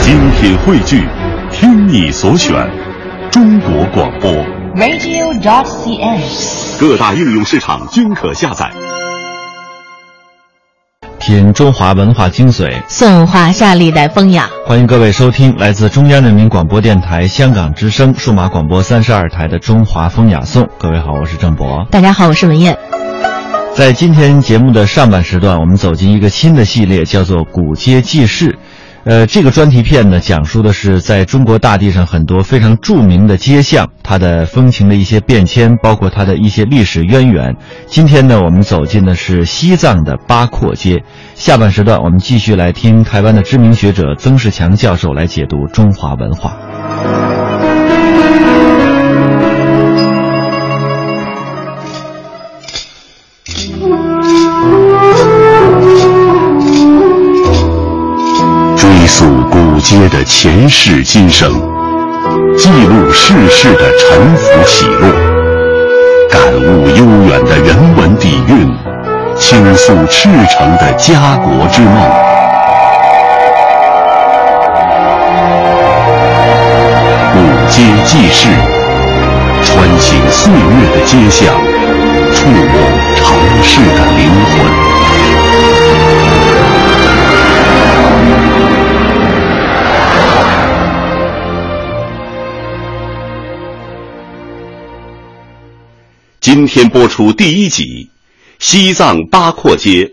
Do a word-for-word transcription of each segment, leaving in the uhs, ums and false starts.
精品汇聚，听你所选，中国广播 radio dot c n， 各大应用市场均可下载。 品中华文化精髓， 颂华夏历代风雅。 欢迎各位收听来自中央人民广播电台香港之声数码广播三十二台的中华风雅颂。各位好，我是郑博。 大家好，我是文燕。 在今天节目的上半时段，我们走进一个新的系列，叫做古街纪事。呃，这个专题片呢，讲述的是在中国大地上很多非常著名的街巷，它的风情的一些变迁，包括它的一些历史渊源。今天呢，我们走进的是西藏的八廓街。下半时段，我们继续来听台湾的知名学者曾仕强教授来解读中华文化。 追溯古街的前世今生，记录世事的沉浮起落，感悟悠远的人文底蕴，倾诉赤诚的家国之梦。古街纪事，穿行岁月的街巷，触摸城市的灵魂。今天播出第一集，西藏八廓街。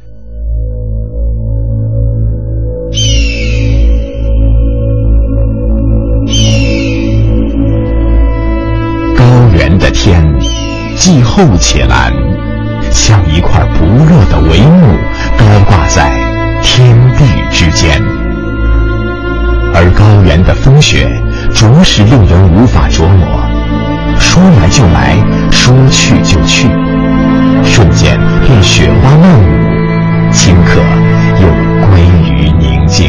高原的天，既厚且蓝，像一块不热的帷幕，高挂在天地之间。而高原的风雪，着实令人无法琢磨。说来就来，说去就去，瞬间便雪花漫舞，顷刻又归于宁静。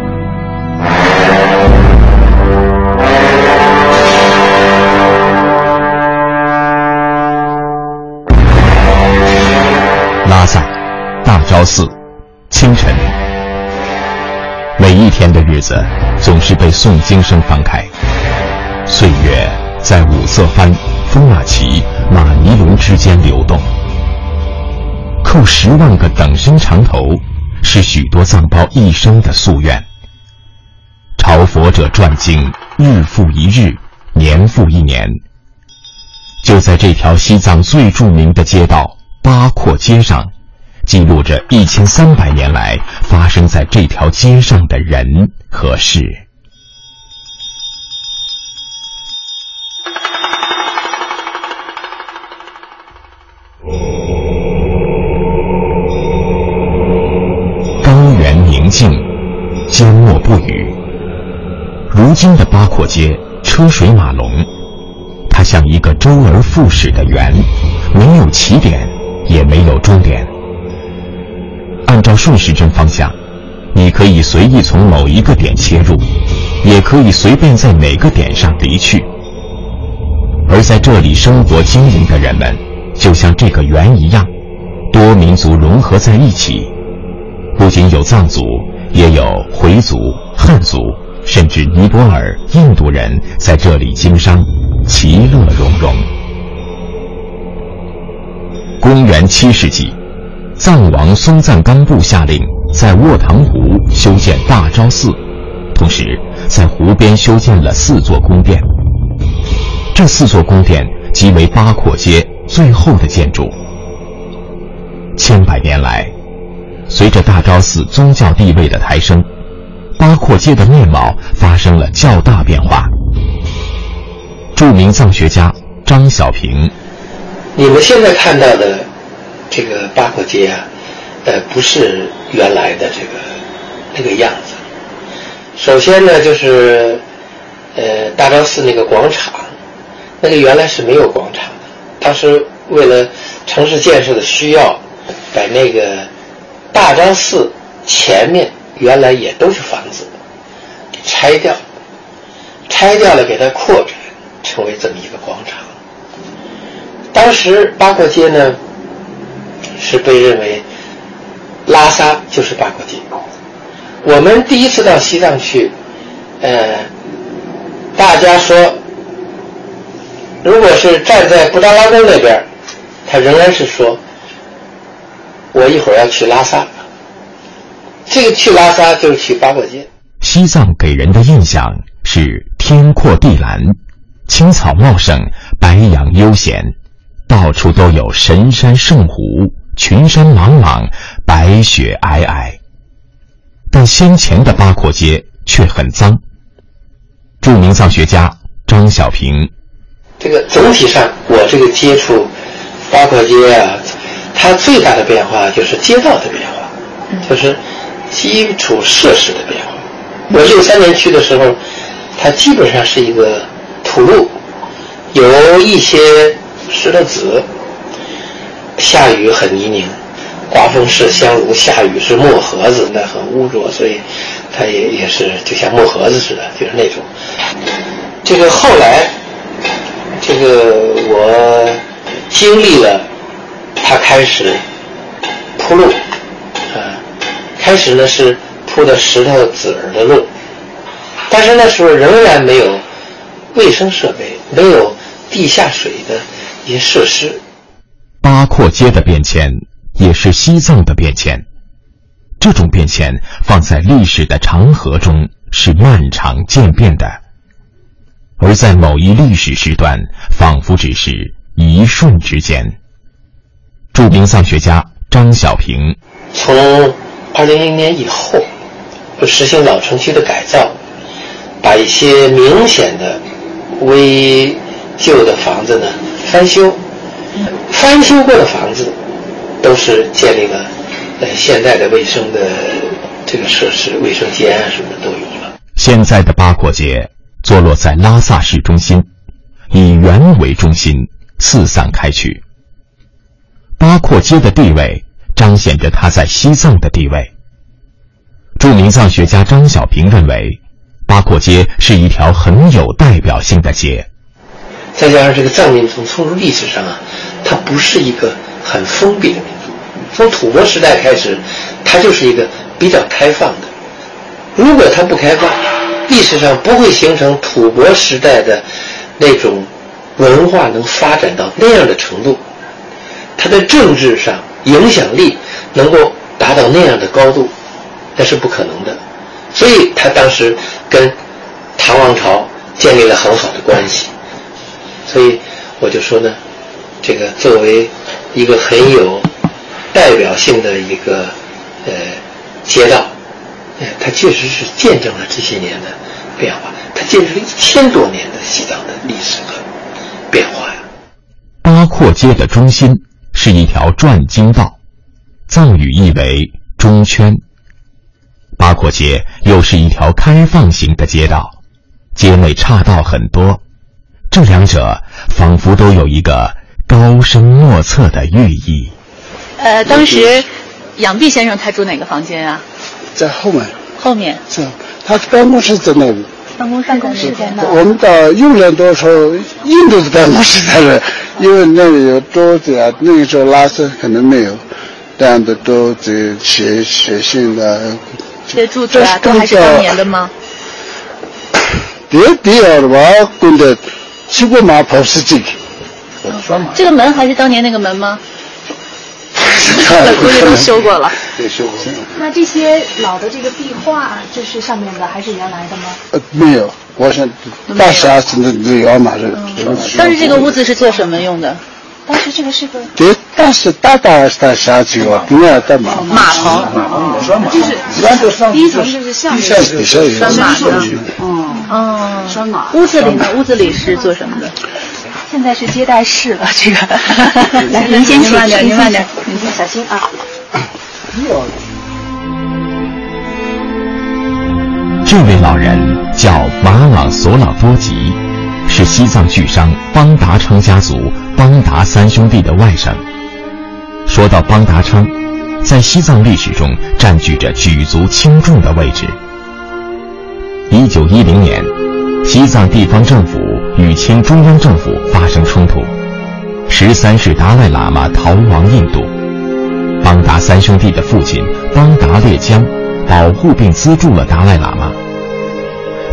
拉萨大昭寺清晨，每一天的日子总是被诵经声翻开，岁月在五色幡、风马旗、马尼龙之间流动。叩十万个等身长头，是许多藏胞一生的夙愿。朝佛者转经，日复一日，年复一年。就在这条西藏最著名的街道八廓街上，记录着一千三百年来发生在这条街上的人和事。宁静，缄默不语。如今的八廓街车水马龙，它像一个周而复始的圆，没有起点，也没有终点。按照顺时针方向，你可以随意从某一个点切入，也可以随便在哪个点上离去。而在这里生活经营的人们，就像这个圆一样，多民族融合在一起。不仅有藏族，也有回族、汉族，甚至尼泊尔、印度人在这里经商，其乐融融。公元七世纪，藏王松赞干布下令在卧塘湖修建大昭寺，同时在湖边修建了四座宫殿。这四座宫殿即为八廓街最后的建筑。千百年来，随着大昭寺宗教地位的抬升，八廓街的面貌发生了较大变化。著名藏学家张小平， 你们现在看到的这个八廓街啊，呃，不是原来的这个那个样子。首先呢，就是呃大昭寺那个广场，那个原来是没有广场的，当时为了城市建设的需要，把那个大昭寺前面原来也都是房子，给拆掉，拆掉了给它扩展，成为这么一个广场。当时八廓街呢，是被认为拉萨就是八廓街。我们第一次到西藏去， 呃，大家说，如果是站在布达拉宫那边，他仍然是说，我一会儿要去拉萨。这个去拉萨就是去八廓街。 西藏给人的印象是天阔地蓝，青草茂盛，白杨悠闲，到处都有神山圣湖，群山朗朗，白雪皑皑。但先前的八廓街却很脏。著名藏学家张小平， 这个总体上我这个接触八廓街啊，它最大的变化就是街道的变化，就是基础设施的变化。我六三年去的时候，它基本上是一个土路，有一些石头子，下雨很泥泞，刮风是香炉，下雨是墨盒子，那很污浊，所以它也也是就像墨盒子似的，就是那种。这个后来，这个我经历了，它开始铺路，啊，开始呢是铺的石头子儿的路，但是那时候仍然没有卫生设备，没有地下水的一些设施。 八廓街的变迁也是西藏的变迁，这种变迁放在历史的长河中是漫长渐变的，而在某一历史时段仿佛只是一瞬之间。著名藏学家张小平， 从二零零年以后实行老城区的改造，把一些明显的危旧的房子呢翻修，翻修过的房子都是建立了呃现代的卫生的这个设施，卫生间啊什么的都有了。 现在的八廓街坐落在拉萨市中心，以原为中心四散开去。八廓街的地位彰显着它在西藏的地位。著名藏学家张小平认为，八廓街是一条很有代表性的街。 再加上这个藏民族从历史上啊，它不是一个很封闭的民族，从吐蕃时代开始，它就是一个比较开放的。如果它不开放，历史上不会形成吐蕃时代的那种文化能发展到那样的程度，它的政治上影响力能够达到那样的高度，那是不可能的。所以他当时跟唐王朝建立了很好的关系。所以我就说呢，这个作为一个很有代表性的一个呃街道，呃，它确实是见证了这些年的变化，它见证了一千多年的西藏的历史和变化呀。 八廓街的中心是一条转经道，藏语意为中圈。八廓街又是一条开放型的街道，街内岔道很多，这两者仿佛都有一个高深莫测的寓意。 呃，当时杨弼先生他住哪个房间啊？ 在后面。 后面。 是，他办公室在那里。 办公室办公室在那。 我们到用人多时候，印度的办公室在那，因为那里有桌子啊，那个时候拉萨可能没有，这样的桌子写写信的。 这些柱子啊，都还是当年的吗？ 第第二的话，跟着七个马跑是这个。 这个门还是当年那个门吗？估计都修过了。 对，修过。 那这些老的这个壁画，这是上面的还是原来的吗？ 呃，没有，我想大厦是那那要嘛是。 当时这个屋子是做什么用的？ 当时这个是个。 对，但是大大大厦这个不要带马。 马棚。 就是第一层就是下面。 底下有。 拴马的。 嗯。 哦。 拴马。 屋子里呢？屋子里是做什么的？ 现在是接待室了，这个。 来，您先请，慢点，您慢点， 您先小心啊。 这位老人叫马朗索朗多吉，是西藏巨商邦达昌家族邦达三兄弟的外甥。说到邦达昌，在西藏历史中占据着举足轻重的位置。一九一零年，西藏地方政府与清中央政府发生冲突，十三世达赖喇嘛逃亡印度。邦达三兄弟的父亲邦达烈江保护并资助了达赖喇嘛。达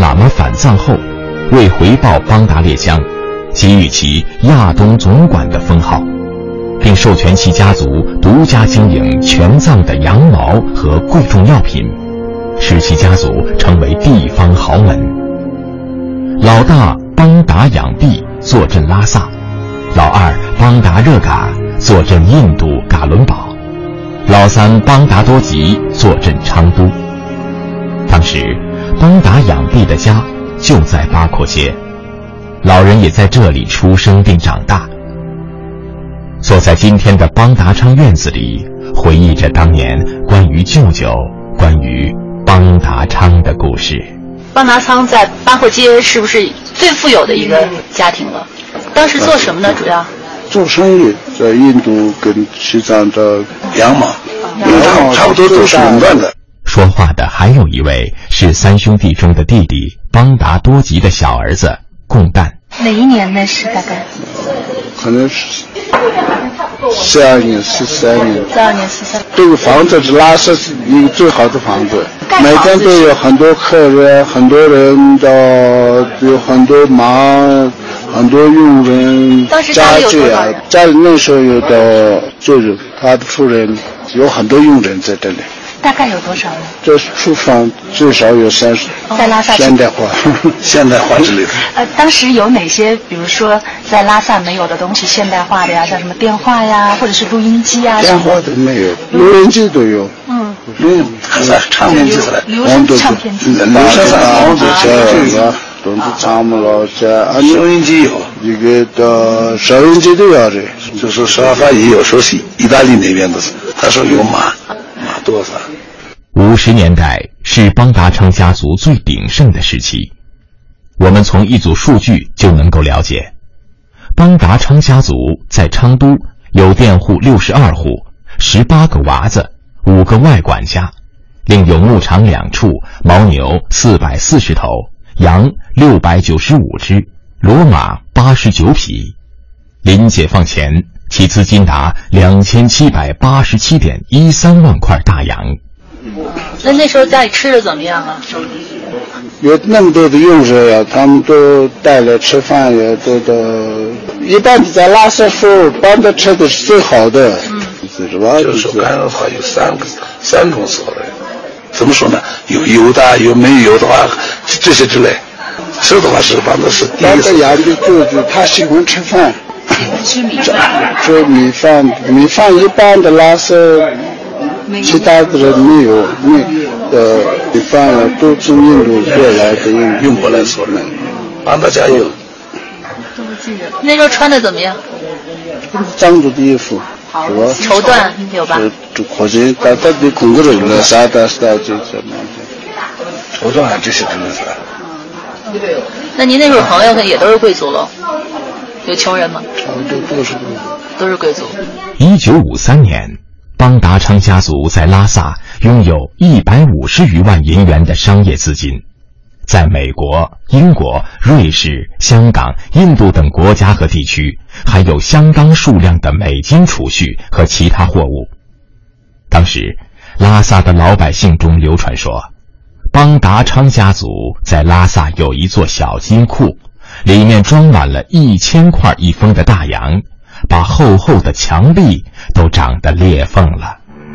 喇嘛返藏后，为回报邦达列江，给予其亚东总管的封号，并授权其家族独家经营全藏的羊毛和贵重药品，使其家族成为地方豪门。老大邦达养弼坐镇拉萨，老二邦达热嘎坐镇印度噶伦堡，老三邦达多吉坐镇昌都。当时邦达养弼的家就在八廓街，老人也在这里出生并长大。坐在今天的邦达昌院子里，回忆着当年关于舅舅、关于邦达昌的故事。 邦达昌在八廓街是不是最富有的一个家庭了？当时做什么呢？主要做生意，在印度跟西藏的羊毛，羊毛差不多都是垄断的。 说话的还有一位是三兄弟中的弟弟邦达多吉的小儿子贡旦。 哪一年呢？是大概？ 可能是四二年、四三年。 四二年、四三。 这个房子是拉萨是一个最好的房子，每天都有很多客人，很多人的有很多忙，很多佣人，家具啊，家里那时候有的就是他的夫人有很多佣人在这里。 大概有多少呢？ 这厨房最少有三十。 在拉萨现代化，现代化之类的。 呃，当时有哪些，比如说在拉萨没有的东西，现代化的呀，像什么电话呀，或者是录音机啊？ 电话都没有，录音机都有。 嗯。 嗯，还是唱片机是的。 留声唱片机。 留声唱片机啊，都是咱们老家。 收音机有， 一个的收音机都要的， 就是沙发也有，说是意大利那边的，他说有马。多少？ 五十年代是邦达昌家族最鼎盛的时期。我们从一组数据就能够了解，邦达昌家族在昌都有佃户六十二户，十八个娃子，五个外管家，另有牧场两处，牦牛四百四十头，羊六百九十五只，骡马八十九匹。临解放前，其资金达两千七百八十七点一三万块大洋。 那那时候家里吃的怎么样啊？ 有那么多的佣人呀，他们都带来吃饭呀，都都一般在拉萨时候帮他吃的是最好的。 嗯，就是说干的话有三个三种所谓，怎么说呢？有油的，有没油的话，这些之类。吃的话是帮的是第一。 他养的就是他喜欢吃饭。 吃米饭， 吃米饭，米饭一般的拉萨，其他的人没有，没呃米饭啊都从印度过来的， 运过来所的，帮大家有。 那时候穿的怎么样？ 藏族的衣服，是吧？ 绸缎有吧？ 就可惜，他他的空个人了，啥的啥就怎么的。绸缎啊，这些真的是。 那您那时候朋友也都是贵族喽？有穷人吗？ 都都是都是贵族。 一九五三年，邦达昌家族在拉萨拥有一百五十余万银元的商业资金，在美国、英国、瑞士、香港、印度等国家和地区，还有相当数量的美金储蓄和其他货物。当时，拉萨的老百姓中流传说，邦达昌家族在拉萨有一座小金库。里面装满了一千块一封的大洋，把厚厚的墙壁都长得裂缝了。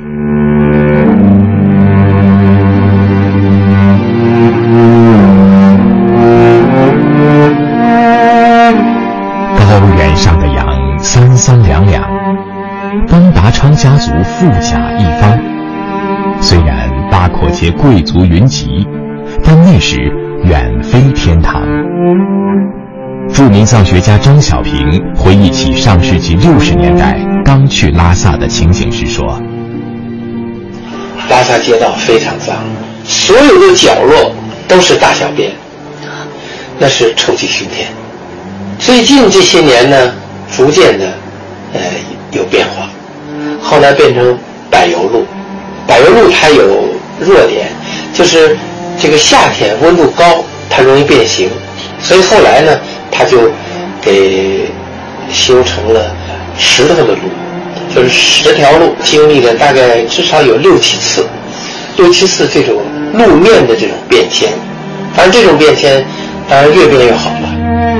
高原上的羊三三两两，邦达昌家族富甲一方。虽然八廓街贵族云集，但那时远非天堂。著名藏学家张小平回忆起上世纪六十年代刚去拉萨的情景时说： 拉萨街道非常脏，所有的角落都是大小便，那是臭气熏天。最近这些年呢，逐渐的呃有变化，后来变成柏油路。柏油路它有弱点，就是这个夏天温度高，它容易变形，所以后来呢，它就给修成了石头的路，就是十条路，经历了大概至少有六七次，六七次这种路面的这种变迁， 当然这种变迁当然越变越好了。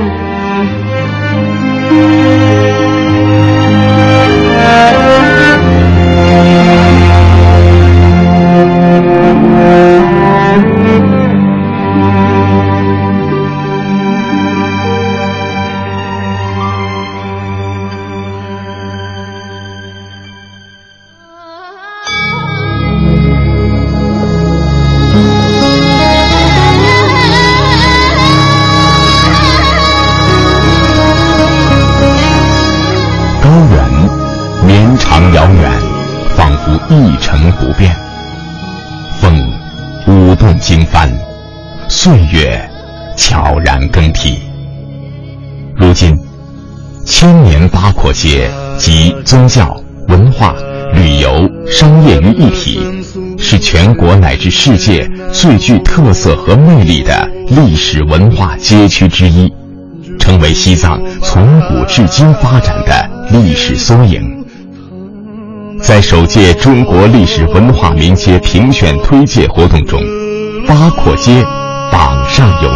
遥远，仿佛一成不变。风舞动经幡，岁月悄然更替。如今，千年八廓街集宗教、文化、旅游、商业于一体，是全国乃至世界最具特色和魅力的历史文化街区之一，成为西藏从古至今发展的历史缩影。在首届中国历史文化名街评选推介活动中，八廓街榜上有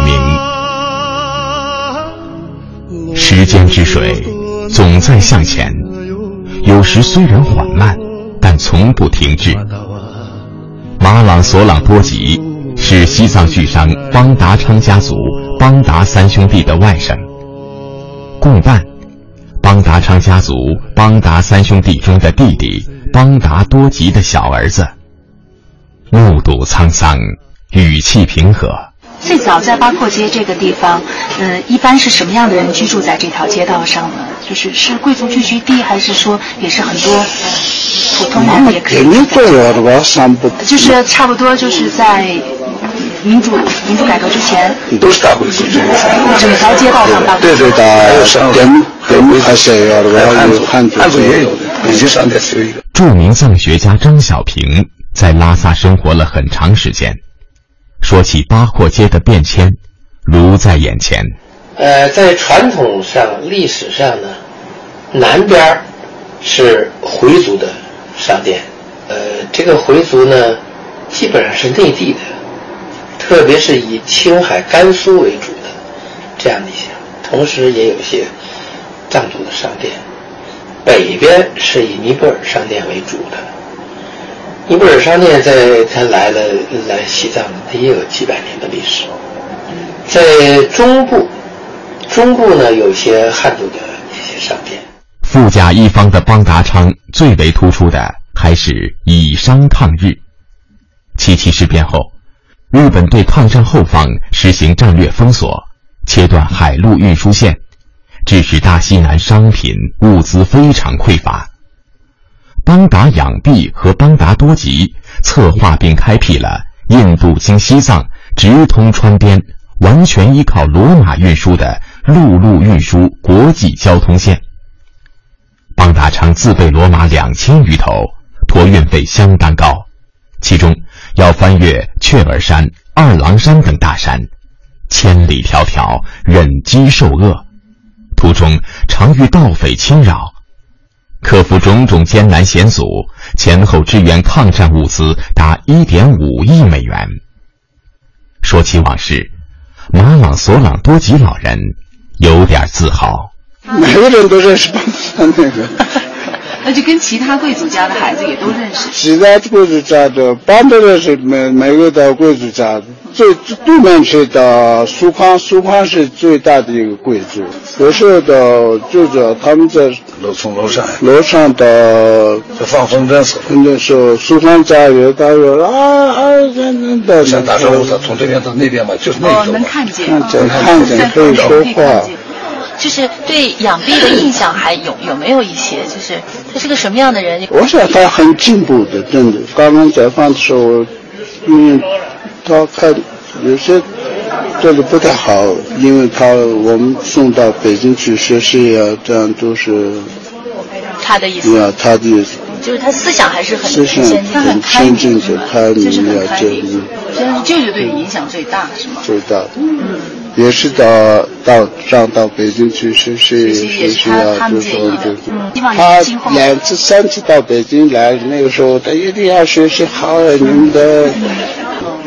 名。时间之水总在向前，有时虽然缓慢，但从不停滞。马朗索朗多吉是西藏巨商邦达昌家族邦达三兄弟的外甥，贡办邦达昌家族邦达三兄弟中的弟弟邦达多吉的小儿子。目睹沧桑，语气平和。 最早在八廓街这个地方，呃，一般是什么样的人居住在这条街道上呢？就是是贵族聚居地，还是说也是很多普通人也可以住在？就是差不多就是在民主民主改革之前， 都是大贵族， 整条街道上大贵族。 对对，还有商人，还有贵族，还有汉族，汉族也有的，北京商店只有一个。 著名藏学家张小平在拉萨生活了很长时间，说起八廓街的变迁，如在眼前。 呃，在传统上、历史上呢，南边是回族的商店，呃，这个回族呢，基本上是内地的，特别是以青海、甘肃为主的这样的一些，同时也有一些藏族的商店。北边是以尼泊尔商店为主的，尼泊尔商店在它来了来西藏，它也有几百年的历史。在中部，中部呢有一些汉族的一些商店。 富甲一方的邦达昌最为突出的还是以商抗日。七七事变后，日本对抗战后方实行战略封锁，切断海陆运输线，致使大西南商品物资非常匮乏。邦达养弼和邦达多吉策划并开辟了印度经西藏直通川滇，完全依靠骡马运输的陆路运输国际交通线。邦达昌自备骡马两千余头，驮运费相当高，其中要翻越雀儿山、二郎山等大山，千里迢迢，忍饥受饿，途中常遇盗匪侵扰，克服种种艰难险阻，前后支援抗战物资达 一点五亿美元。说起往事，马朗索朗多吉老人有点自豪。 每个人都认识邦达那个， 那就跟其他贵族家的孩子也都认识。 其他贵族家的邦达认识每每个的贵族家的。最对面去的苏康，苏康是最大的一个贵族。有时候的就是他们在楼从楼上楼上的在放风筝时候， 风筝时候，苏康家有大有啊啊真的。 像打招呼，他从这边到那边嘛，就是那种。 哦，能看见， 看见看见可以说话。 就是对养弼的印象还有有没有一些？就是他是个什么样的人？ 我想他很进步的，真的。刚刚解放的时候，因为他看有些做的不太好，因为他我们送到北京去学习啊，这样都是他的意思。 啊，他的意思。 就是他思想还是很思想很先进的、开明的，这个。现在舅舅对你影响最大是吗？ 最大的。嗯。也是到到上到北京去学习学习啊，就说就他两次三次到北京来，那个时候他一定要学习好你们的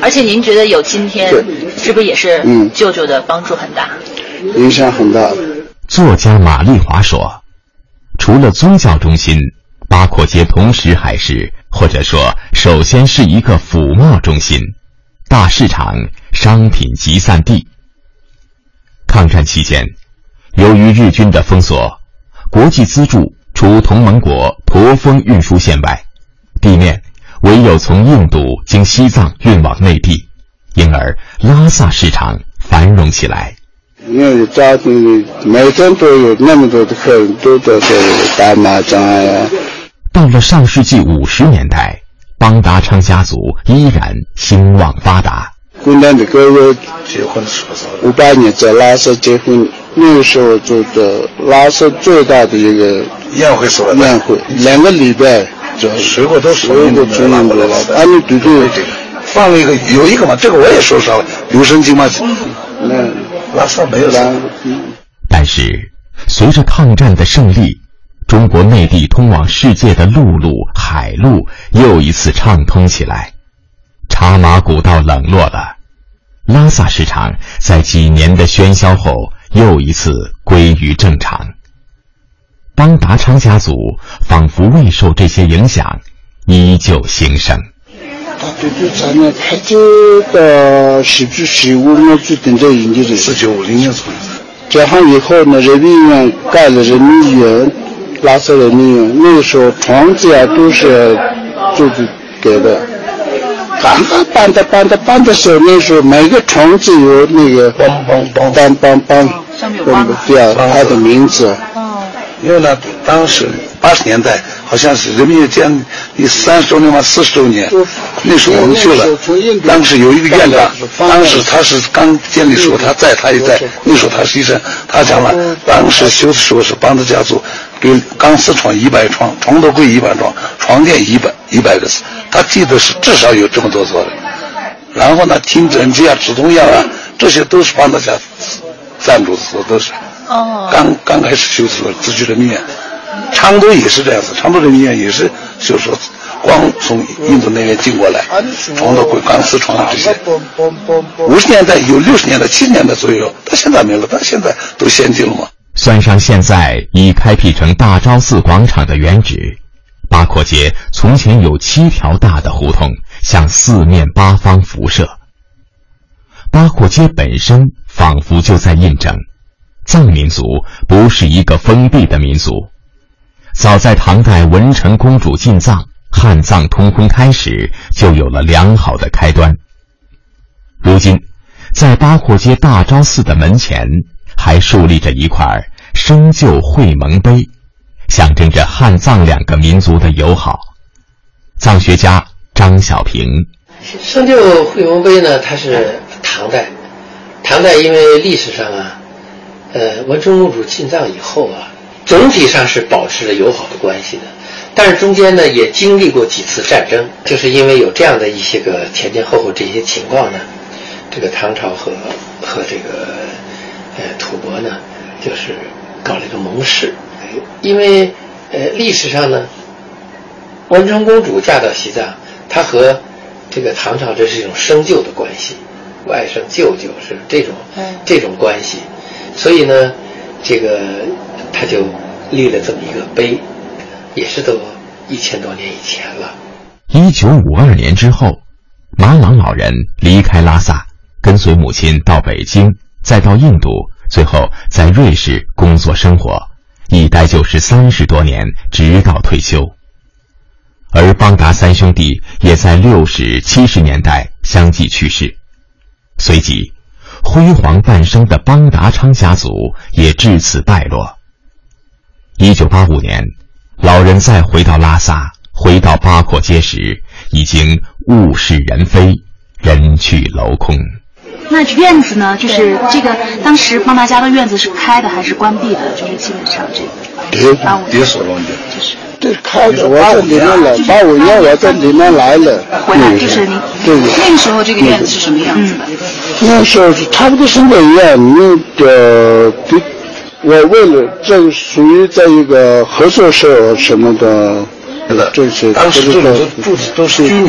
而且您觉得有今天，是不是也是舅舅的帮助很大？ 嗯、影响很大。 作家马丽华说，除了宗教中心，八廓街同时还是，或者说首先是一个抚贸中心、大市场、商品集散地。抗战期间，由于日军的封锁，国际资助除同盟国驼峰运输线外，地面唯有从印度经西藏运往内地，因而拉萨市场繁荣起来。 因为家庭每天都有那么多的客人都在这里打麻将呀。 到了上世纪五十年代，邦达昌家族依然兴旺发达。 姑娘的哥哥结婚的时候，五八年在拉萨结婚，那个时候做的拉萨最大的一个宴会所宴会，两个礼拜， 水果都是水果从印度来的。啊，你对对， 放了一个有一个嘛，这个我也说上了，留声机嘛， 那拉萨没有了。 但是随着抗战的胜利，中国内地通往世界的陆路、海路又一次畅通起来。茶马古道冷落了，拉萨市场在几年的喧嚣后又一次归于正常。邦达昌家族仿佛未受这些影响，依旧兴盛。 对对，咱们开这个十九十五年最近在印度的四九五零年左右。 解放以后呢，人民医院盖了人民医院，拉萨人民医院，那个时候床子啊都是就是给的。刚刚搬的搬的搬的时候，那时候每个床子有那个帮帮帮帮帮帮，对啊，他的名字。 因为呢，当时八十年代好像是人民医院建立三十周年嘛，四十周年，那时候我们去了。当时有一个院长，当时他是刚建立时候，他在他也在，那时候他是医生，他讲了，当时修的时候是邦德家族给钢丝床一百床，床头柜一百床，床垫一百一百个，他记得是至少有这么多座的。然后呢，听诊机啊、止痛药啊，这些都是邦德家赞助的，都是。 哦， 刚刚开始修的时候，自己人民医院，昌都也是这样子，昌都人民医院也是，就是说，光从印度那边进过来，床头柜、钢丝床这些。五十年代有六十年代、七十年代左右，到现在没了，到现在都先进了嘛。 算上现在已开辟成大昭寺广场的原址，八廓街从前有七条大的胡同向四面八方辐射。八廓街本身仿佛就在印证，藏民族不是一个封闭的民族。早在唐代文成公主进藏，汉藏通婚开始，就有了良好的开端。如今，在八廓街大昭寺的门前，还竖立着一块生就会盟碑，象征着汉藏两个民族的友好。藏学家张小平， 生就会盟碑呢，它是唐代，唐代因为历史上啊。呃，文成公主进藏以后啊，总体上是保持着友好的关系的，但是中间呢也经历过几次战争，就是因为有这样的一些个前前后后这些情况呢，这个唐朝和和这个呃吐蕃呢，就是搞了一个盟誓，因为呃历史上呢，文成公主嫁到西藏，她和这个唐朝这是一种生就的关系，外甥舅舅是这种这种关系。所以呢，这个他就立了这么一个碑，也是都一千多年以前了。 一九五二年之后，马朗老人离开拉萨，跟随母亲到北京，再到印度，最后在瑞士工作生活，一待就是三十多年，直到退休。而邦达三兄弟也在六十、七十年代相继去世，随即辉煌诞生的邦达昌家族也至此败落。一九八五年，老人再回到拉萨，回到八廓街时，已经物是人非，人去楼空。 那院子呢？就是这个，当时邦达家的院子是开的还是关闭的？就是基本上这个。 别别说了， 就是。 这开的，我在里面来，八五年我在里面来了。 回来就是你。对。那个时候这个院子是什么样子的？嗯、 那时候是差不多现在一样，那个比我为了这个属于在一个合作社什么的， 这些当时这个都住的都是居民，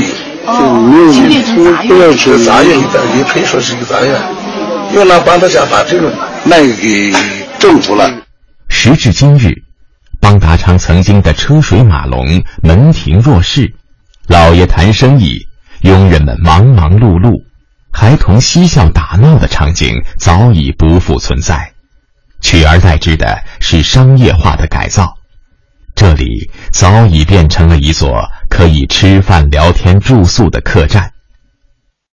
哦，就变成杂院， 是杂院，也可以说是一个杂院。又拿邦达家把这个卖给政府了。 时至今日，邦达昌曾经的车水马龙、门庭若市，老爷谈生意，佣人们忙忙碌碌，孩童嬉笑打闹的场景早已不复存在，取而代之的是商业化的改造。这里早已变成了一座可以吃饭、聊天、住宿的客栈。